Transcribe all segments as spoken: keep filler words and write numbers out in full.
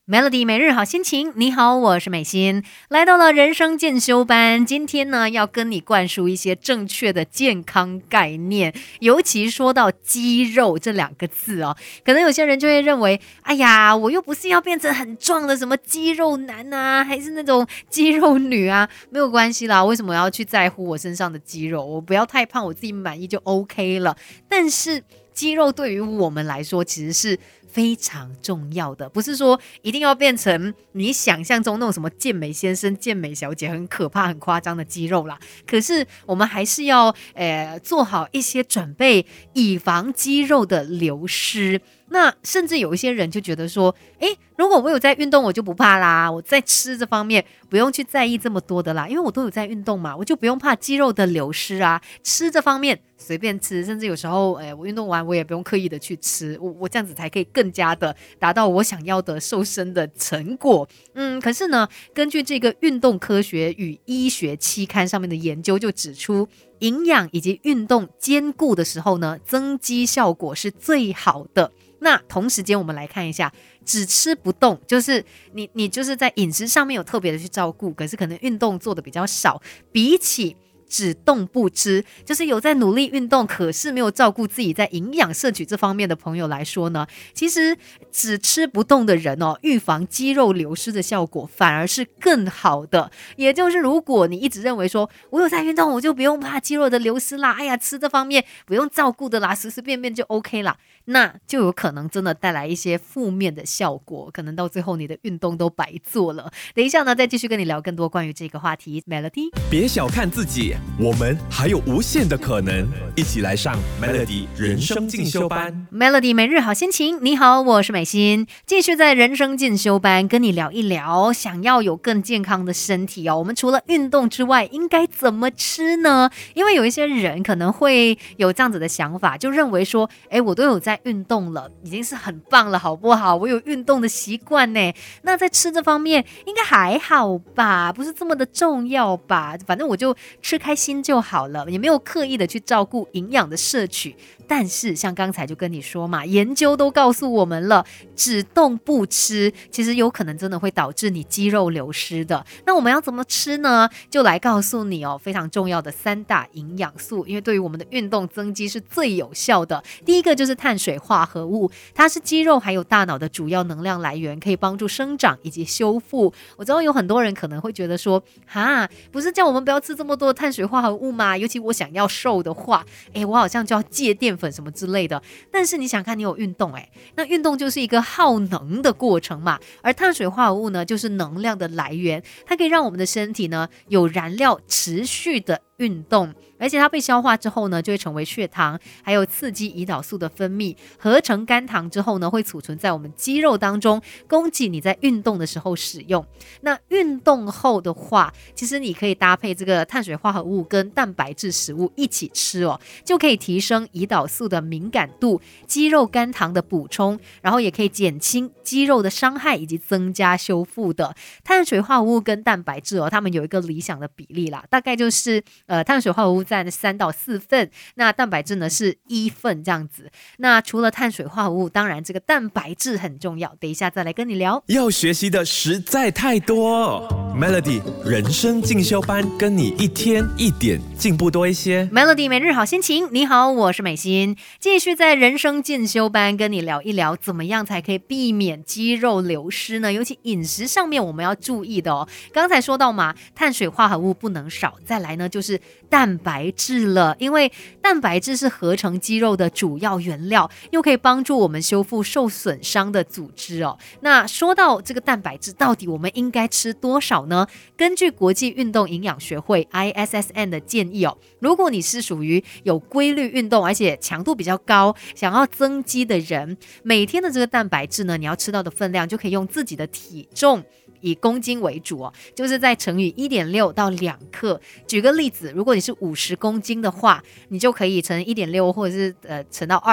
Melody 每日好心情，你好，我是美心，来到了人生进修班。今天呢，要跟你灌输一些正确的健康概念，尤其说到肌肉这两个字哦，可能有些人就会认为，哎呀，我又不是要变成很壮的什么肌肉男啊，还是那种肌肉女啊，没有关系啦，为什么要去在乎我身上的肌肉？我不要太胖，我自己满意就 OK 了。但是肌肉对于我们来说其实是非常重要的，不是说一定要变成你想象中那种什么健美先生、健美小姐很可怕、很夸张的肌肉啦。可是我们还是要呃做好一些准备，以防肌肉的流失。那甚至有一些人就觉得说，诶，如果我有在运动，我就不怕啦。我在吃这方面不用去在意这么多的啦，因为我都有在运动嘛，我就不用怕肌肉的流失啊。吃这方面随便吃，甚至有时候，诶，我运动完我也不用刻意的去吃，我我这样子才可以更加的达到我想要的瘦身的成果。嗯，可是呢，根据这个运动科学与医学期刊上面的研究就指出，营养以及运动兼顾的时候呢，增肌效果是最好的。那同时间我们来看一下，只吃不动，就是你你就是在饮食上面有特别的去照顾，可是可能运动做的比较少，比起只动不吃，就是有在努力运动，可是没有照顾自己在营养摄取这方面的朋友来说呢，其实只吃不动的人哦，预防肌肉流失的效果反而是更好的。也就是如果你一直认为说我有在运动，我就不用怕肌肉的流失啦，哎呀，吃这方面不用照顾的啦，随随便便就 OK 啦，那就有可能真的带来一些负面的效果，可能到最后你的运动都白做了。等一下呢，再继续跟你聊更多关于这个话题。 Melody， 别小看自己，我们还有无限的可能，一起来上 Melody 人生进修班。 Melody 每日好心情，你好，我是美心，继续在人生进修班跟你聊一聊，想要有更健康的身体哦，我们除了运动之外应该怎么吃呢？因为有一些人可能会有这样子的想法，就认为说，诶，我都有在运动了，已经是很棒了好不好，我有运动的习惯呢，那在吃这方面应该还好吧，不是这么的重要吧，反正我就吃开心就好了，也没有刻意的去照顾营养的摄取。但是像刚才就跟你说嘛，研究都告诉我们了，只动不吃其实有可能真的会导致你肌肉流失的。那我们要怎么吃呢？就来告诉你哦，非常重要的三大营养素，因为对于我们的运动增肌是最有效的。第一个就是碳水化合物，它是肌肉还有大脑的主要能量来源，可以帮助生长以及修复。我知道有很多人可能会觉得说，哈，不是叫我们不要吃这么多的碳水化合物吗？尤其我想要瘦的话，诶，我好像就要戒淀粉什么之类的。但是你想看，你有运动，诶，那运动就是一个耗能的过程嘛，而碳水化合物呢，就是能量的来源，它可以让我们的身体呢有燃料持续的运动，而且它被消化之后呢，就会成为血糖，还有刺激胰岛素的分泌，合成肝糖之后呢，会储存在我们肌肉当中，供给你在运动的时候使用。那运动后的话，其实你可以搭配这个碳水化合物跟蛋白质食物一起吃哦，就可以提升胰岛素的敏感度，肌肉肝糖的补充，然后也可以减轻肌肉的伤害以及增加修复的。碳水化合物跟蛋白质哦，它们有一个理想的比例啦，大概就是呃，碳水化合物占三到四份，那蛋白质呢是一份这样子。那除了碳水化合物，当然这个蛋白质很重要，等一下再来跟你聊。 要学习的实在太多， Melody 人生进修班，跟你一天一点进步多一些。 Melody 每日好心情，你好，我是美心，继续在人生进修班跟你聊一聊，怎么样才可以避免肌肉流失呢？尤其饮食上面我们要注意的哦。刚才说到嘛，碳水化合物不能少，再来呢就是蛋白质了，因为蛋白质是合成肌肉的主要原料，又可以帮助我们修复受损伤的组织哦。那说到这个蛋白质，到底我们应该吃多少呢？根据国际运动营养学会 I S S N 的建议哦，如果你是属于有规律运动而且强度比较高，想要增肌的人，每天的这个蛋白质呢，你要吃到的分量就可以用自己的体重以公斤为主哦，就是再乘以 一点六到两克。举个例子，如果你是五十公斤的话，你就可以乘 一点六或者是呃乘到二。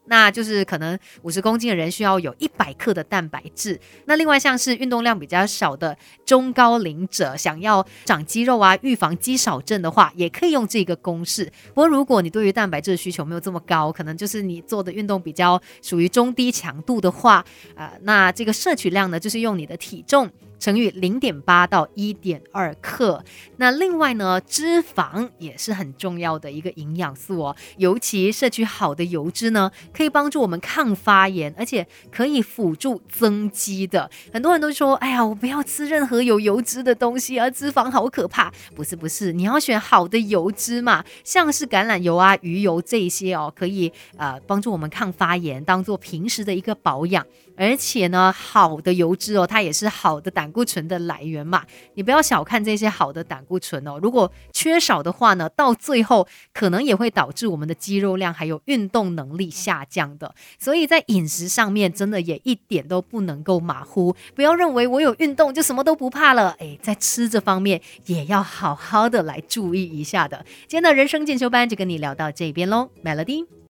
那就是可能五十公斤的人需要有一百克的蛋白质。那另外像是运动量比较少的中高龄者，想要长肌肉啊，预防肌少症的话，也可以用这个公式。不过如果你对于蛋白质的需求没有这么高，可能就是你做的运动比较属于中低强度的话，呃，那这个摄取量呢，就是用你的体重乘以 零点八到一点二克。那另外呢，脂肪也是很重要的一个营养素哦，尤其摄取好的油脂呢，可以帮助我们抗发炎，而且可以辅助增肌的。很多人都说，哎呀，我不要吃任何有油脂的东西啊，脂肪好可怕。不是不是，你要选好的油脂嘛，像是橄榄油啊、鱼油这一些哦，可以呃帮助我们抗发炎，当做平时的一个保养。而且呢，好的油脂哦，它也是好的胆固醇的来源嘛。你不要小看这些好的胆固醇哦，如果缺少的话呢，到最后可能也会导致我们的肌肉量还有运动能力下降的。所以在饮食上面真的也一点都不能够马虎，不要认为我有运动就什么都不怕了。诶，在吃这方面也要好好的来注意一下的。今天的人生进修班就跟你聊到这边咯， Melody。